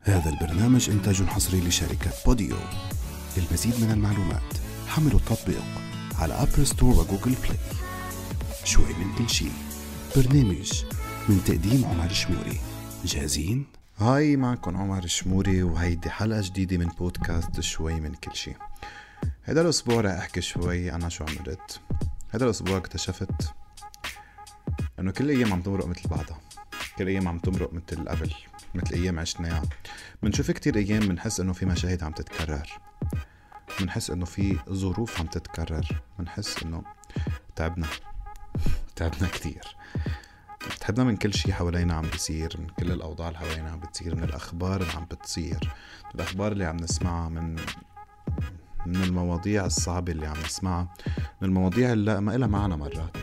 هذا البرنامج إنتاج حصري لشركة بوديو. للمزيد من المعلومات حملوا التطبيق على أبل ستور وجوجل بلاي. شوي من كل شي، برنامج من تقديم عمر الشموري. جاهزين؟ هاي، معكم عمر الشموري وهيدي حلقة جديدة من بودكاست شوي من كل شي. هذا الأسبوع رح أحكي شوي أنا شو عملت. هذا الأسبوع اكتشفت أنه كل أيام عم تمرق مثل بعضها، كل أيام عم تمرق مثل قبل، مثل أيام عشناها. منشوف كتير أيام منحس أنه في مشاهد عم تتكرر، منحس أنه في ظروف عم تتكرر، منحس أنه تعبنا كتير. تعبنا من كل شي حوالينا عم بيصير، من كل الأوضاع اللي حوالينا عم بتصير، من الأخبار اللي عم بتصير، من الأخبار اللي عم نسمعها، من المواضيع الصعبة اللي عم نسمعها، من المواضيع اللي ما إلها معنى مرات.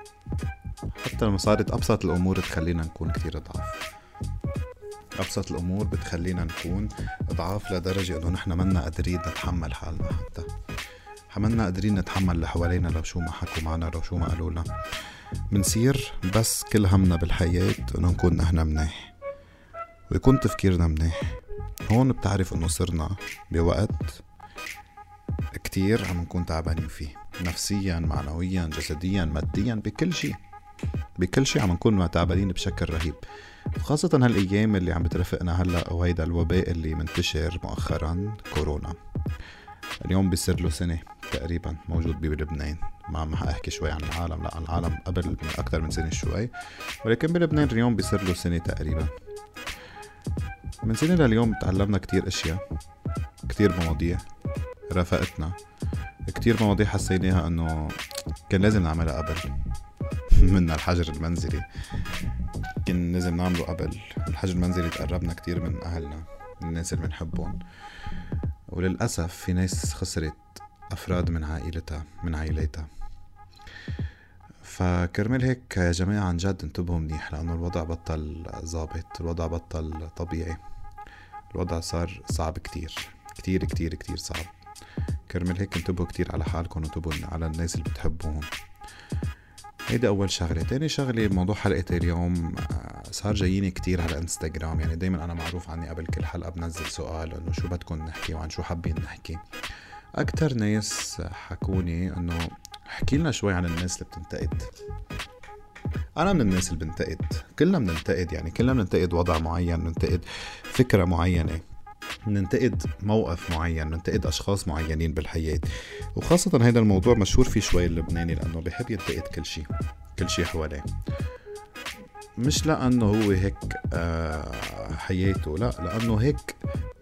حتى لما صارت أبسط الأمور تخلينا نكون كتير ضعاف. أبسط الأمور بتخلينا نكون ضعاف لدرجة أنه نحن منا قادرين نتحمل حالنا، حتى منا قادرين نتحمل اللي حوالينا لو شو ما حكوا معنا، لو شو ما قالوا لنا. منصير بس كل همنا بالحياة أنه نكون نحن منيح ويكون تفكيرنا منيح. هون بتعرف أنه صرنا بوقت كتير عم نكون تعبانين فيه، نفسيا، معنويا، جسديا، ماديا، بكل شيء عم نكون تعبانين بشكل رهيب. خاصة هالأيام اللي عم بترافقنا هلأ، وهيدا الوباء اللي منتشر مؤخرا، كورونا. اليوم بيصير له سنة تقريبا موجود بلبنان. ما حأحكي شوي عن العالم، لا، العالم قبل من أكتر من سنة شوي، ولكن بلبنان اليوم بيصير له سنة تقريبا. من سنة لليوم تعلمنا كتير أشياء، كتير مواضيع رافقتنا، كتير مواضيع حسيناها أنه كان لازم نعملها قبل. من الحجر المنزلي كان لازم نعمله قبل. الحجر المنزلي تقربنا كتير من أهلنا، من الناس اللي بنحبهم، وللأسف في ناس خسرت أفراد من عائلتها. فكرمال هيك يا جماعة عن جد انتبهوا منيح، لأنه الوضع بطل ضابط، الوضع بطل طبيعي، الوضع صار صعب كتير كتير كتير كتير صعب. كرمال هيك انتبهوا كتير على حالكم، وانتبهوا على الناس اللي بتحبوهم. هيدا أول شغلة. تاني شغلة، موضوع حلقة اليوم صار جاييني كتير على انستغرام. يعني دايما أنا معروف عني قبل كل حلقة بنزل سؤال إنه شو بدكم نحكي وعن شو حابين نحكي. أكتر ناس حكوني إنه حكي لنا شوي عن الناس اللي بتنتقد. أنا من الناس اللي بنتقد، كلنا بننتقد، يعني كلنا بننتقد وضع معين، بننتقد فكرة معينة، ننتقد موقف معين، ننتقد أشخاص معينين بالحياة. وخاصة هذا الموضوع مشهور فيه شوي اللبناني، لأنه بيحب ينتقد كل شيء حواليه، مش لأنه هو هيك حياته، لا، لأنه هيك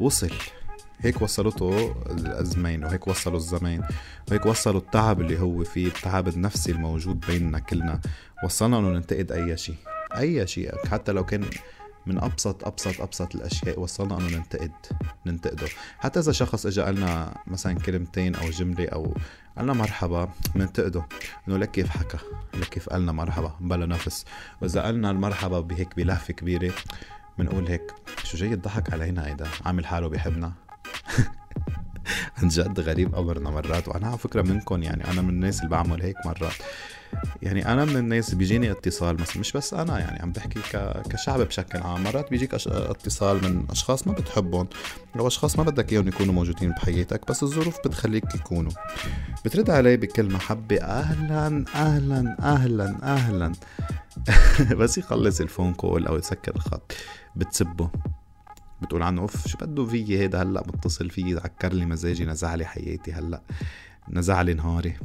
وصلته الأزمين، وهيك وصلوا الزمان، وهيك وصلوا التعب اللي هو فيه، التعب النفسي الموجود بيننا كلنا، وصلنا أنه ننتقد أي شيء حتى لو كان من أبسط الأشياء. وصلنا أنه ننتقده. حتى إذا شخص إجا قالنا مثلا كلمتين أو جملة أو قالنا مرحبا، مننتقده إنه لك كيف حكى، لك كيف قالنا مرحبا بلا نفس. وإذا قالنا المرحبا بهيك بلهفة كبيرة، منقول هيك شو جاي يضحك علينا، هيدا عامل حاله بيحبنا. عن جد غريب أمرنا مرات. وأنا على فكرة منكم، يعني أنا من الناس اللي بعمل هيك مرات. يعني أنا من الناس بيجيني اتصال مثلا، مش بس أنا، يعني عم بحكي كشعب بشكل عام. مرات بيجيك اتصال من أشخاص ما بتحبهم، أو أشخاص ما بدك إياهم يكونوا موجودين بحياتك، بس الظروف بتخليك يكونوا. بترد علي بكل محبة، أهلا أهلا أهلا أهلا. بس يخلص الفون كول أو يسكر الخط بتسبه، بتقول عنه اوف شو بده فيي هيدا، هلا متصل فيي، ذكر لي مزاجي، نزع لي حياتي، هلا نزع لي نهاري.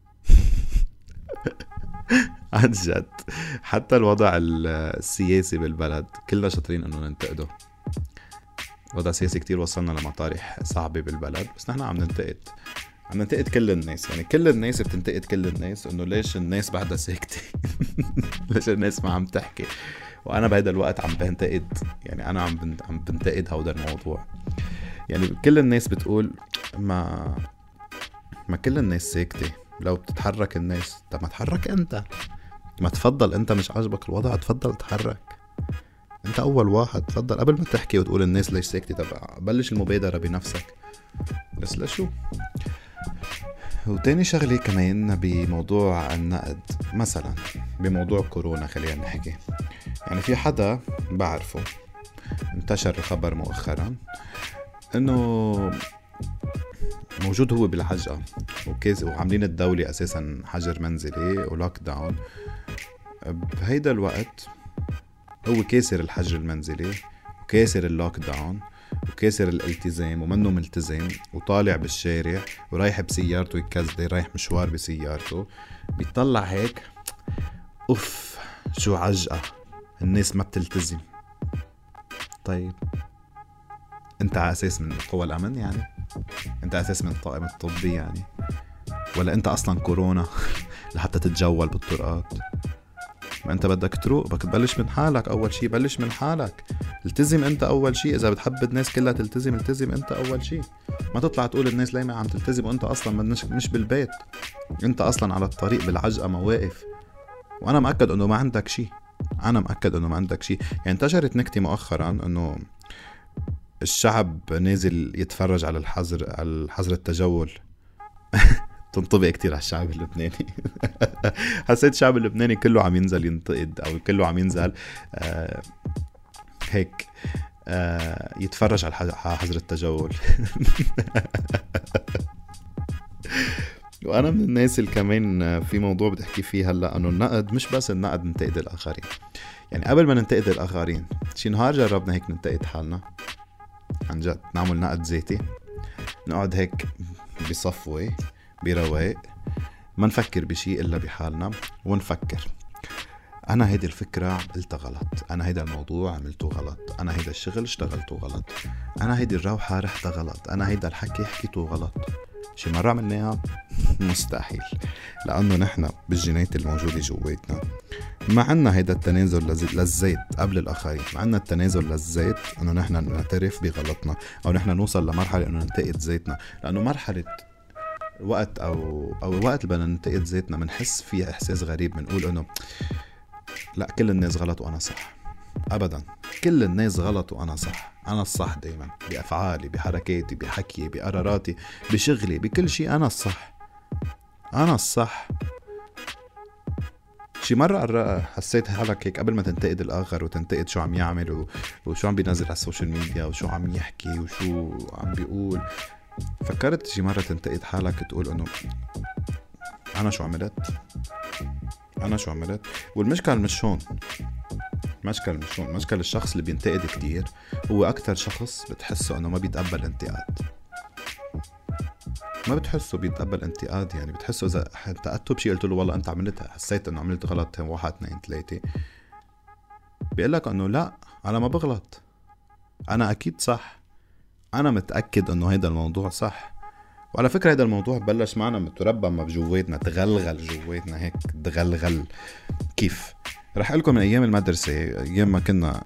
عن جد. حتى الوضع السياسي بالبلد كلنا شاطرين انه ننتقده. الوضع السياسي كتير وصلنا لمطارح صعبة بالبلد، بس نحن عم ننتقد كل الناس. يعني كل الناس بتنتقد كل الناس، انه ليش الناس بعدها ساكتة. ليش الناس ما عم تحكي. وانا بهذا الوقت عم بنتقد، يعني انا عم بنتقد هذا الموضوع. يعني كل الناس بتقول ما كل الناس ساكتة. لو بتتحرك الناس، طب ما تحرك انت، ما تفضل انت، مش عاجبك الوضع تفضل تحرك انت اول واحد، تفضل قبل ما تحكي وتقول الناس ليش ساكتة. طب بلش المبادرة بنفسك. بس لشو؟ وتاني شغلة كمان بموضوع النقد، مثلا بموضوع كورونا، خلينا نحكي. يعني في حدا بعرفه انتشر الخبر مؤخرا انه موجود هو بالعجقة وعاملين الدولة اساسا حجر منزلي ولوك داون. بهيدا الوقت هو كاسر الحجر المنزلي وكاسر اللوك داون وكاسر الالتزام ومنه ملتزم وطالع بالشارع ورايح بسيارته يكذب، رايح مشوار بسيارته، بيطلع هيك اوف شو عجقة، الناس ما بتلتزم. طيب انت على اساس من قوى الامن يعني؟ انت على اساس من الطاقم الطبي يعني؟ ولا انت اصلا كورونا لحتى تتجول بالطرقات؟ ما انت بدك تروق، بدك تبلش من حالك. اول شي بلش من حالك، التزم انت اول شي. اذا بتحب الناس كلها تلتزم، التزم انت اول شي. ما تطلع تقول الناس ليه ما عم تلتزم وانت اصلا مش بالبيت، انت اصلا على الطريق بالعجقة مواقف. وانا مأكد انه ما عندك شي، انا مأكد انه ما عندك شي. يعني انتشرت نكتة مؤخرا انه الشعب نازل يتفرج على الحظر التجول تنطبق كتير على الشعب اللبناني. حسيت الشعب اللبناني كله عم ينزل ينتقد او كله عم ينزل هيك يتفرج على حظر التجول. وانا من الناس اللي كمان في موضوع بتحكي فيه هلا، انه النقد مش بس النقد ننتقد الاخرين. يعني قبل ما ننتقد الاخرين شي نهار جربنا هيك ننتقد حالنا عن جد، نعمل نقد ذاتي، نقعد هيك بصفوة برواق، ما نفكر بشي إلا بحالنا، ونفكر أنا هيدي الفكرة قلتها غلط، أنا هيدا الموضوع عملته غلط، أنا هيدا الشغل اشتغلته غلط، أنا هيدي الروحة رحتها غلط، أنا هيدا الحكي حكيته غلط. شي مرة عملناها؟ مستحيل، لأنه نحن بالجينات الموجودة جواتنا ما عنا هيدا التنازل للزيت قبل الآخرين، ما عنا التنازل للزيت أنه نحن نعترف بغلطنا أو نحن نوصل لمرحلة أنه ننتقد زيتنا. لأنه مرحلة وقت أو وقت اللي بدنا ننتقد زيتنا منحس فيه إحساس غريب، منقول أنه لا كل الناس غلط وأنا صح. أبدا، كل الناس غلط وأنا صح. أنا الصح دايما بأفعالي، بحركاتي، بحكي، بقراراتي، بشغلي، بكل شيء أنا الصح، أنا الصح. شي مرة حسيت حالك هيك قبل ما تنتقد الآخر وتنتقد شو عم يعمل وشو عم بينزل على السوشيال ميديا وشو عم يحكي وشو عم بيقول، فكرت شي مرة تنتقد حالك تقول انه انا شو عملت؟ انا شو عملت؟ والمشكلة مش هون، المشكلة الشخص اللي بينتقد كتير هو اكتر شخص بتحسه انه ما بيتقبل انتقاد، ما بتحسه بيتقبل انتقاد. يعني بتحسه اذا انتقدته بشي قلت له والله انت عملتها، حسيت انه عملت غلط 1 2 3، بيقلك انه لا انا ما بغلط، انا اكيد صح، انا متأكد انه هيدا الموضوع صح. وعلى فكرة هيدا الموضوع بلش معنا متربى ما بجواتنا، تغلغل جواتنا هيك، تغلغل. كيف؟ رح أقولكم من ايام المدرسة، ايام ما كنا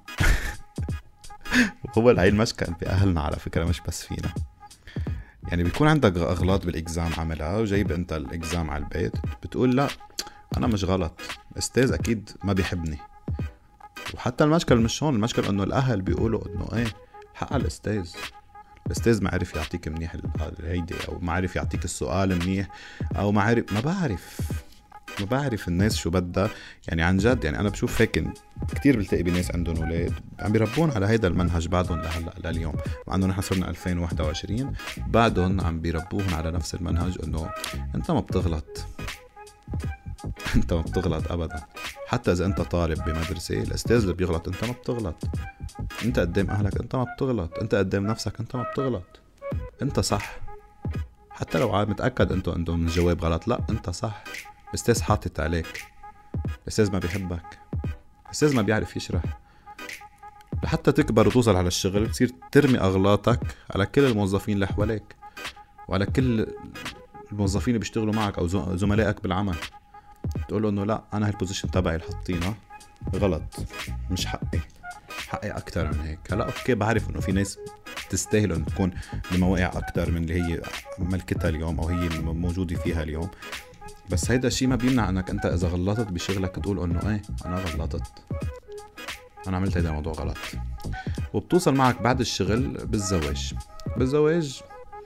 وهو هاي المشكل بأهلنا على فكرة مش بس فينا. يعني بيكون عندك اغلاط بالاكزام عملها وجايب انت الاكزام على البيت، بتقول لا انا مش غلط، استاذ اكيد ما بيحبني. وحتى المشكل مش هون، المشكل انه الاهل بيقولوا انه ايه حق الاستاذ ما عرف يعطيك منيح هيدي، او ما عرف يعطيك السؤال منيح، او ما عرف، ما بعرف الناس شو بدها. يعني عن جد، يعني انا بشوف هيك كتير بلتقي بناس عندهم اولاد عم بيربون على هيدا المنهج بعدهم لهلا لليوم، مع انه نحن صرنا 2021 بعدهم عم بيربوهم على نفس المنهج، انه انت ما بتغلط، انت ما بتغلط ابدا. حتى اذا انت طالب بمدرسة، الاستاذ اللي بيغلط انت ما بتغلط، انت قدام اهلك انت ما بتغلط، انت قدام نفسك انت ما بتغلط، انت صح. حتى لو متأكد انتو عندهم الجواب غلط، لا انت صح. الاستاذ حاطط عليك، الاستاذ ما بيحبك، الاستاذ ما بيعرف يشرح. لحتى تكبر وتوصل على الشغل بتصير ترمي اغلاطك على كل الموظفين اللي حواليك وعلى كل الموظفين اللي بيشتغلوا معك او زملائك بالعمل، تقول له انه لا انا هالبوزيشن تبعي اللي حاطينه غلط، مش حقي اكتر من هيك. هلا اوكي بعرف انه في ناس تستاهل ان تكون بمواقع اكتر من اللي هي ملكتها اليوم او هي موجوده فيها اليوم، بس هيدا الشيء ما بيمنع انك انت اذا غلطت بشغلك تقول انه ايه انا غلطت، انا عملت هيدا الموضوع غلط. وبتوصل معك بعد الشغل بالزواج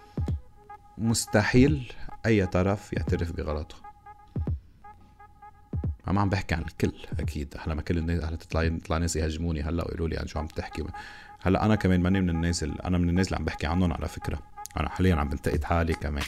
مستحيل اي طرف يعترف بغلطه. عم بحكي عن الكل اكيد، هلا ما كل الناس هلا تطلع ناس يهاجموني هلا ويقولوا لي عن شو عم تحكي، هلا انا كمان ماني من الناس انا من الناس اللي عم بحكي عنهم على فكره. انا حاليا عم بنتقد حالي كمان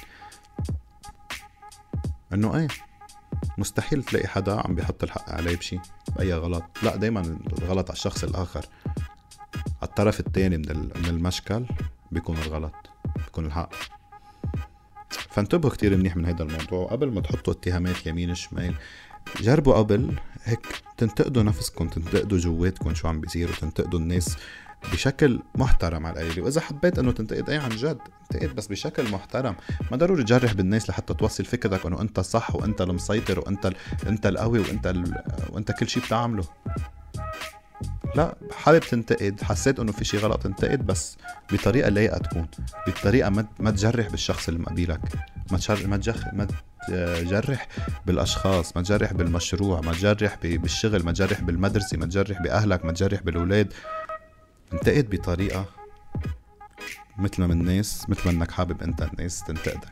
انه ايه مستحيل تلاقي حدا عم بيحط الحق عليه بشي بأي غلط. لا، دايما الغلط على الشخص الآخر، على الطرف الثاني من المشكل بيكون الغلط، بيكون الحق. فانتبهوا كتير منيح من هذا الموضوع قبل ما تحطوا اتهامات يمين شمال. جربوا قبل هيك تنتقدوا نفسكم، تنتقدوا جواتكم شو عم بيصير، وتنتقدوا الناس بشكل محترم على القليل. واذا حبيت انه تنتقد عن جد انتقد، بس بشكل محترم. ما ضروري تجرح بالناس لحتى توصل فكرتك انه انت صح وانت المسيطر وانت القوي وانت كل شيء بتعمله. لا، حابب تنتقد، حسيت انه في شيء غلط انتقد، بس بطريقه لايقه تكون، بطريقه ما تجرح بالشخص اللي مقابلك، ما تجرح بالاشخاص، ما تجرح بالمشروع، ما تجرح بالشغل، ما تجرح بالمدرسه، ما تجرح باهلك، ما تجرح بالاولاد. انتقد بطريقه مثل ما الناس، مثل ما انك حابب انت الناس تنتقدك.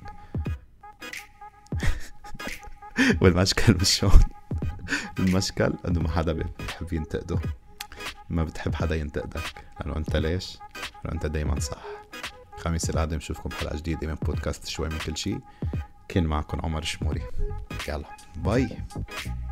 والمشكل مش هون، المشكل انه ما حدا بيحب ينتقده، ما بتحب حدا ينتقدك، لانه انت ليش؟ لانه انت دايما صح. خميس القادم نشوفكم بحلقه جديده من بودكاست شوي من كل شيء. كان معكم عمر شموري. يلا باي.